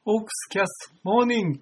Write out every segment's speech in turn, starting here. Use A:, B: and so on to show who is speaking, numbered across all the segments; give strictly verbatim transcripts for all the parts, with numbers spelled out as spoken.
A: ホークスキャストモーニング。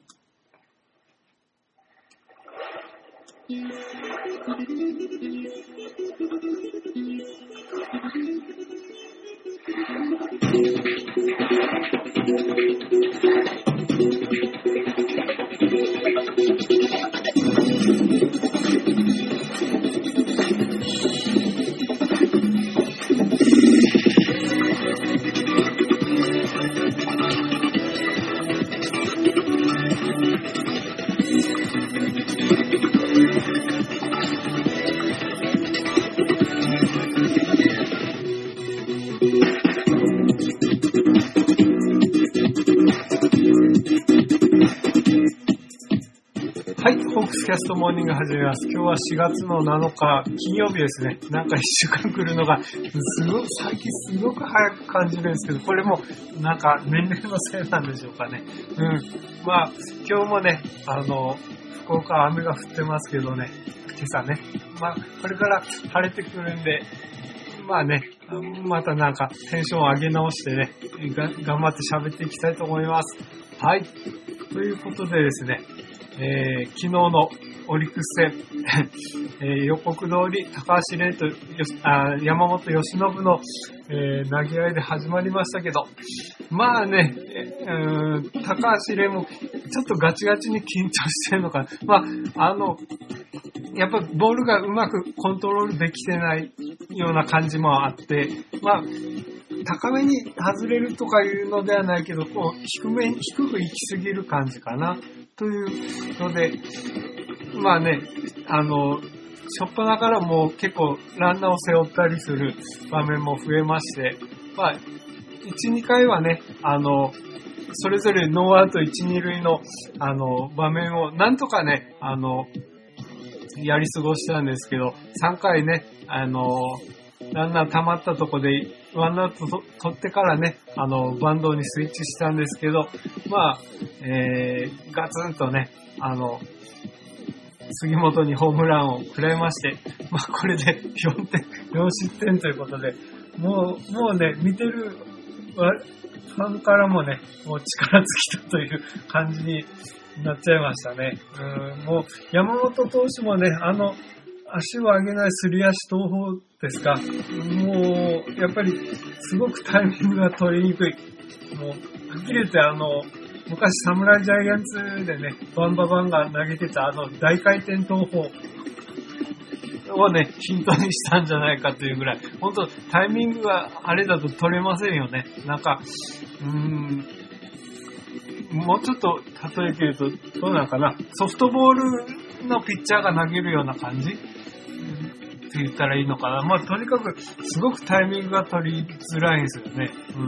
A: はい、ホークスキャストモーニング始めます。今日はしがつのなのか金曜日ですね。なんかいっしゅうかん来るのがすごく最近すごく早く感じるんですけど、これもなんか年齢のせいなんでしょうかね。うん。まあ今日もね、あの福岡は雨が降ってますけどね、今朝ね。まあこれから晴れてくるんで、まあね、またなんかテンションを上げ直してね、が頑張って喋っていきたいと思います。はい。ということでですね。えー、昨日のオリックス戦、えー、予告通り高橋礼とあ山本由伸の、えー、投げ合いで始まりましたけど、まあね、えー、高橋礼もちょっとガチガチに緊張してるのかな。まあ、あの、やっぱボールがうまくコントロールできてないような感じもあって、まあ、高めに外れるとかいうのではないけど、こう低めに低く行き過ぎる感じかな。というので、まあね、あの、しょっぱなからもう結構ランナーを背負ったりする場面も増えまして、まあ、いち、にかいはね、あの、それぞれノーアウトいち、に塁の、あの、場面をなんとかね、あの、やり過ごしたんですけど、さんかいね、あの、ランナー溜まったとこで、ワンアウトと取ってからね、あの、バンドにスイッチしたんですけど、まあ、えー、ガツンとね、あの、杉本にホームランを食らいまして、まあ、これでよんてん、よん失点ということで、もう、もうね、見てるファンからもね、もう力尽きたという感じになっちゃいましたね。うん、もう、山本投手もね、あの、足を上げないすり足投法ですか。もう、やっぱり、すごくタイミングが取りにくい。もう、はっきり言ってあの、昔サムライジャイアンツでね、バンババンが投げてたあの大回転投法をね、ヒントにしたんじゃないかというぐらい、本当タイミングがあれだと取れませんよね。なんか、うーん、もうちょっと例えて言うと、どうなのかな。ソフトボールのピッチャーが投げるような感じって言ったらいいのかな。まあ、とにかく、すごくタイミングが取りづらいんですよね。うん。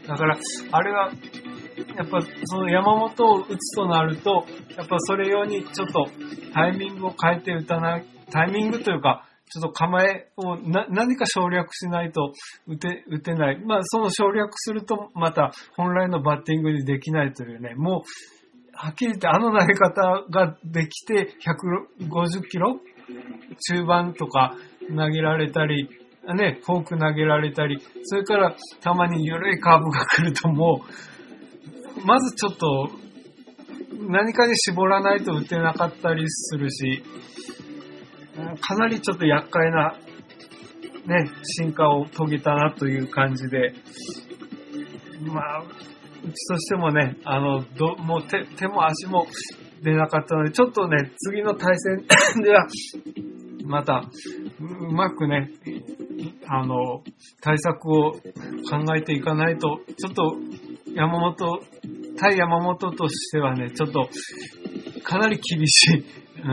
A: だから、あれは、やっぱ、その山本を打つとなると、やっぱそれ用にちょっとタイミングを変えて打たない、タイミングというか、ちょっと構えをな何か省略しないと打て、打てない。まあ、その省略すると、また本来のバッティングにできないというね、もう、はっきり言ってあの投げ方ができて、ひゃくごじゅっキロ中盤とか投げられたり、ね、フォーク投げられたり、それからたまに緩いカーブが来るともう、まずちょっと何かに絞らないと打てなかったりするし、かなりちょっと厄介な、ね、進化を遂げたなという感じで、まあ、うちとしてもね、あの、どもう 手, 手も足も出なかったので、ちょっとね、次の対戦では、また、うまくね、あの、対策を考えていかないと、ちょっと山本、対山本としてはね、ちょっと、かなり厳しい、うん、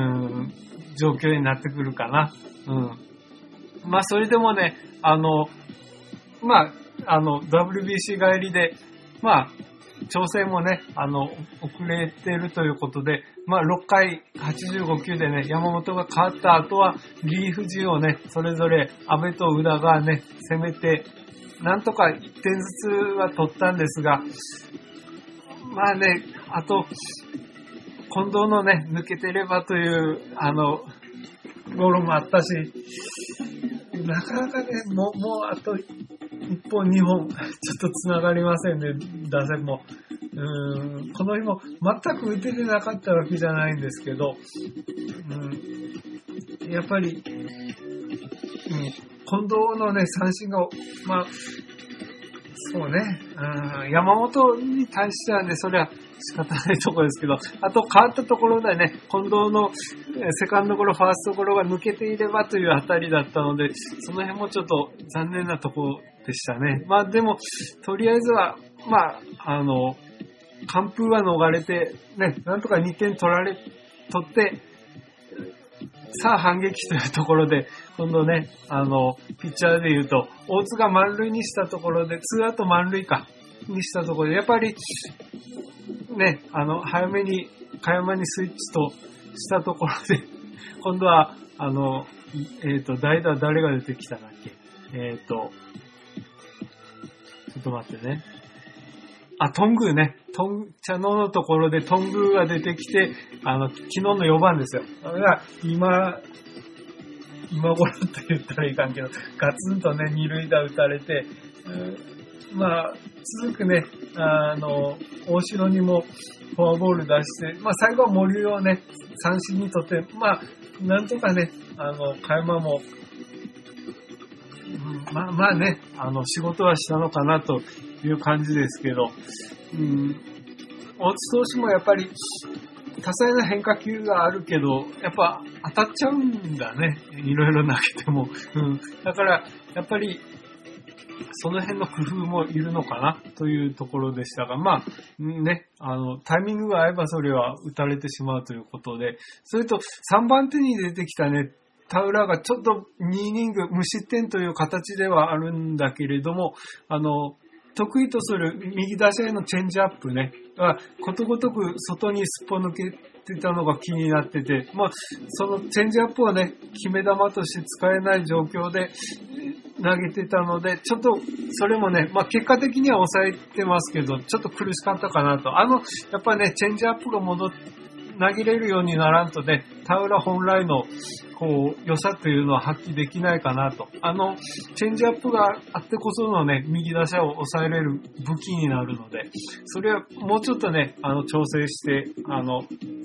A: 状況になってくるかな。うん。まあ、それでもね、あの、まあ、あの、ダブリュービーシー 帰りで、まあ、調整もね、あの、遅れているということで、まあ、ろっかいはちじゅうごきゅうでね、山本が変わった後は、リリーフ陣をね、それぞれ、阿部と宇田がね、攻めて、なんとかいってんずつは取ったんですが、まあね、あと、近藤のね、抜けてればという、あの、ゴロもあったし、なかなかね、もう、もうあといっぽんにほん、ちょっと繋がりませんね、打線も。 うーん、この日も全く打ててなかったわけじゃないんですけど、うん、やっぱり、うん、近藤のね、三振が、まあ、そうね、うん、山本に対してはね、それは仕方ないところですけど、あと変わったところでね、近藤のセカンドゴロ、ファーストゴロが抜けていればというあたりだったので、その辺もちょっと残念なところでしたね。まあでも、とりあえずは、まあ、あの、完封は逃れて、ね、なんとかにてん取られ、取って、さあ反撃というところで、今度ね、あの、ピッチャーで言うと、大津が満塁にしたところで、ツーアウト満塁か、にしたところで、やっぱり、ね、あの、早めに、香山にスイッチとしたところで、今度は、あの、えっと、代打誰が出てきたんだっけ？えっと、ちょっと待ってね。あ、トングーね。トン、茶野のところでトングーが出てきて、あの、昨日のよばんですよ。だから今、今頃って言ったらいかんけど、ガツンとね、二塁打打たれて、うん、まあ、続くね、あの、大城にもフォアボール出して、まあ最後は森をね、三振にとって、まあ、なんとかね、あの、香山も、うん、まあまあね、あの、仕事はしたのかなという感じですけど、うん、大津投手もやっぱり多彩な変化球があるけど、やっぱ当たっちゃうんだね。いろいろ投げても。うん、だからやっぱりその辺の工夫もいるのかなというところでしたが、まあね、あのタイミングが合えばそれは打たれてしまうということで、それとさんばん手に出てきたね、田浦がちょっとにイニング無失点という形ではあるんだけれども、あの得意とする右打者へのチェンジアップね、がことごとく外にすっぽ抜けてたのが気になってて、まあ、そのチェンジアップはね、決め球として使えない状況で投げてたので、ちょっとそれもね、まあ結果的には抑えてますけど、ちょっと苦しかったかなと。あの、やっぱね、チェンジアップが戻って、投げれるようにならんとね、田浦本来のこう良さというのは発揮できないかなと。あのチェンジアップがあってこそのね、右打者を抑えれる武器になるので、それはもうちょっとね、あの調整して、あの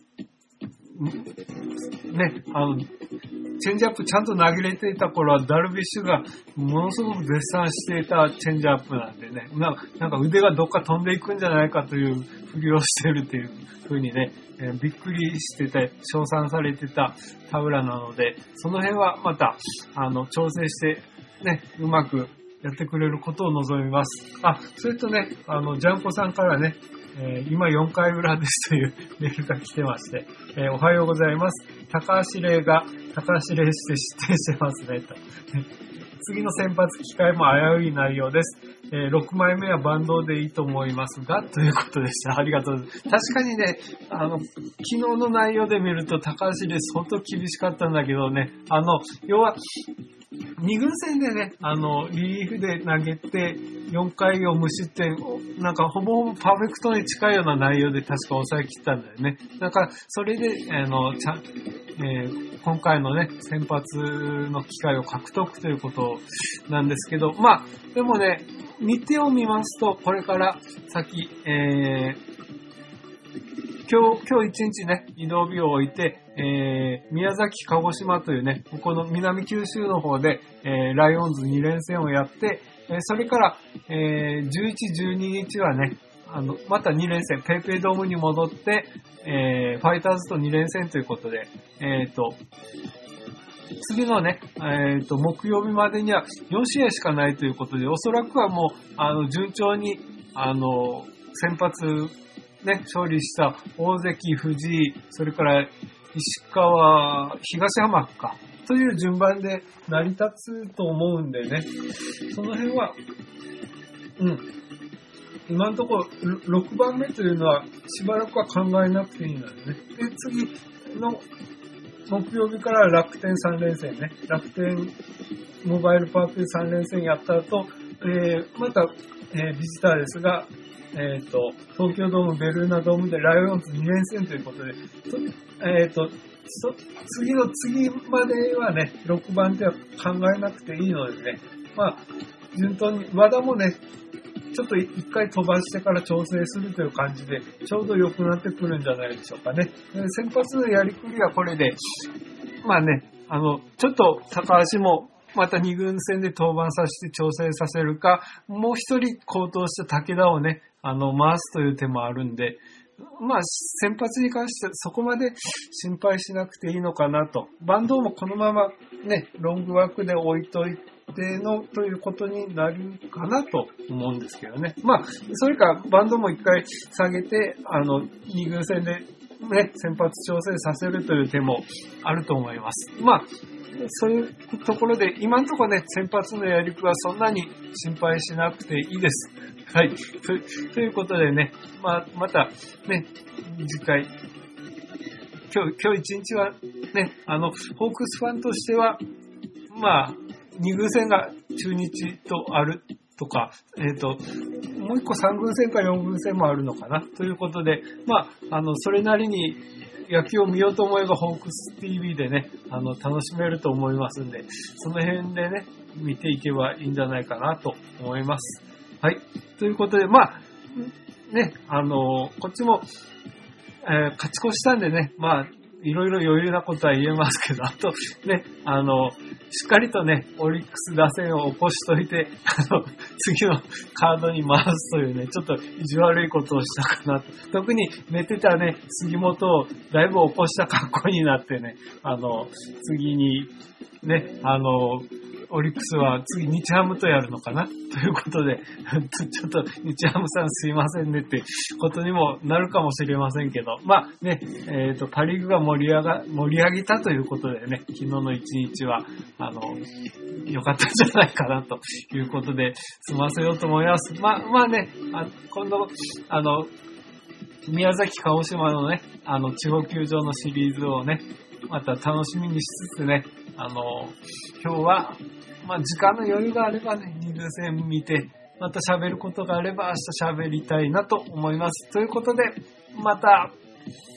A: ね、あのチェンジアップちゃんと投げれていた頃はダルビッシュがものすごく絶賛していたチェンジアップなんでね、なんか、なんか腕がどっか飛んでいくんじゃないかというふりをしているというふうにね、えー、びっくりしてて称賛されてた田浦なので、その辺はまたあの調整してね、うまくやってくれることを望みます。あ、それとね、あのジャンコさんからね、えー、今よんかい裏ですというメールが来てまして、えー、おはようございます。高橋礼が高橋礼して失点してますねと。次の先発機会も危うい内容です。えー、ろくまいめはバンドでいいと思いますが、ということでした。ありがとうございます。確かにね、あの、昨日の内容で見ると高橋礼相当厳しかったんだけどね、あの、要は、に軍戦でね、あの、リリーフで投げて、よんかいを無失点、なんかほぼほぼパーフェクトに近いような内容で確か抑え切ったんだよね。なんか、それで、あの、ちゃん、えー、今回のね、先発の機会を獲得ということなんですけど、まあ、でもね、日程を見ますと、これから先、えー、今日、今日一日ね、移動日を置いて、えー、宮崎、鹿児島というね、ここの南九州の方で、えー、ライオンズに連戦をやって、えー、それから、えー、じゅういち、じゅうににちはね、あの、またに連戦、ペイペイドームに戻って、えー、ファイターズとに連戦ということで、えっと、次のね、えっと、木曜日までにはよんしあいしかないということで、おそらくはもう、あの、順調に、あの、先発、ね、勝利した大関、藤井、それから石川、東浜か、という順番で成り立つと思うんでね、その辺は、うん、今のところろくばんめというのはしばらくは考えなくていいのでね。で、次の木曜日から楽天さん連戦ね、楽天モバイルパークさん連戦やった後、えー、また、えー、ビジターですが、えっと、東京ドーム、ベルーナドームでライオンズに連戦ということで、えっと、次の次まではね、ろくばん手は考えなくていいのでね、まあ、順当に、和田もね、 ちょっと一回飛ばしてから調整するという感じで、ちょうど良くなってくるんじゃないでしょうかね。先発のやりくりはこれで、まあね、あの、ちょっと高橋も、またに軍戦で登板させて調整させるか、もう一人高騰した武田をね、あの、回すという手もあるんで、まあ、先発に関してはそこまで心配しなくていいのかなと。バンドもこのままね、ロングワークで置いといてのということになるかなと思うんですけどね。まあ、それかバンドも一回下げて、あの、に軍戦でね、先発調整させるという手もあると思います。まあ、そういうところで、今のところね、先発のやりくはそんなに心配しなくていいです。はい。と, ということでね、まあ、またね、次回、今日、今日一日はね、あの、ホークスファンとしては、まあ、に軍戦が中日とあるとか、えっと、もう一個さん軍戦かよん軍戦もあるのかなということで、まあ、あの、それなりに野球を見ようと思えばホークス ティーブイ でね、あの、楽しめると思いますんで、その辺でね、見ていけばいいんじゃないかなと思います。はい。ということで、まあ、ね、あの、こっちも、えー、勝ち越したんでね、まあ、いろいろ余裕なことは言えますけど、あとね、あの、しっかりとね、オリックス打線を起こしといて、あの、次のカードに回すというね、ちょっと意地悪いことをしたかな。特に寝てたね、杉本をだいぶ起こした格好になってね、あの、次に、ね、あの、オリックスは次日ハムとやるのかなということで、ちょっと日ハムさんすいませんねってことにもなるかもしれませんけど、まあね、えっと、パリーグが盛り上が、盛り上げたということでね、昨日の一日は、あの、良かったんじゃないかなということで、済ませようと思います。まあ、まあね、あ今度、あの、宮崎鹿児島のね、あの、地方球場のシリーズをね、また楽しみにしつつね、あの、今日は、まあ、時間の余裕があればね、に軍戦見て、また喋ることがあれば明日喋りたいなと思います。ということで、また、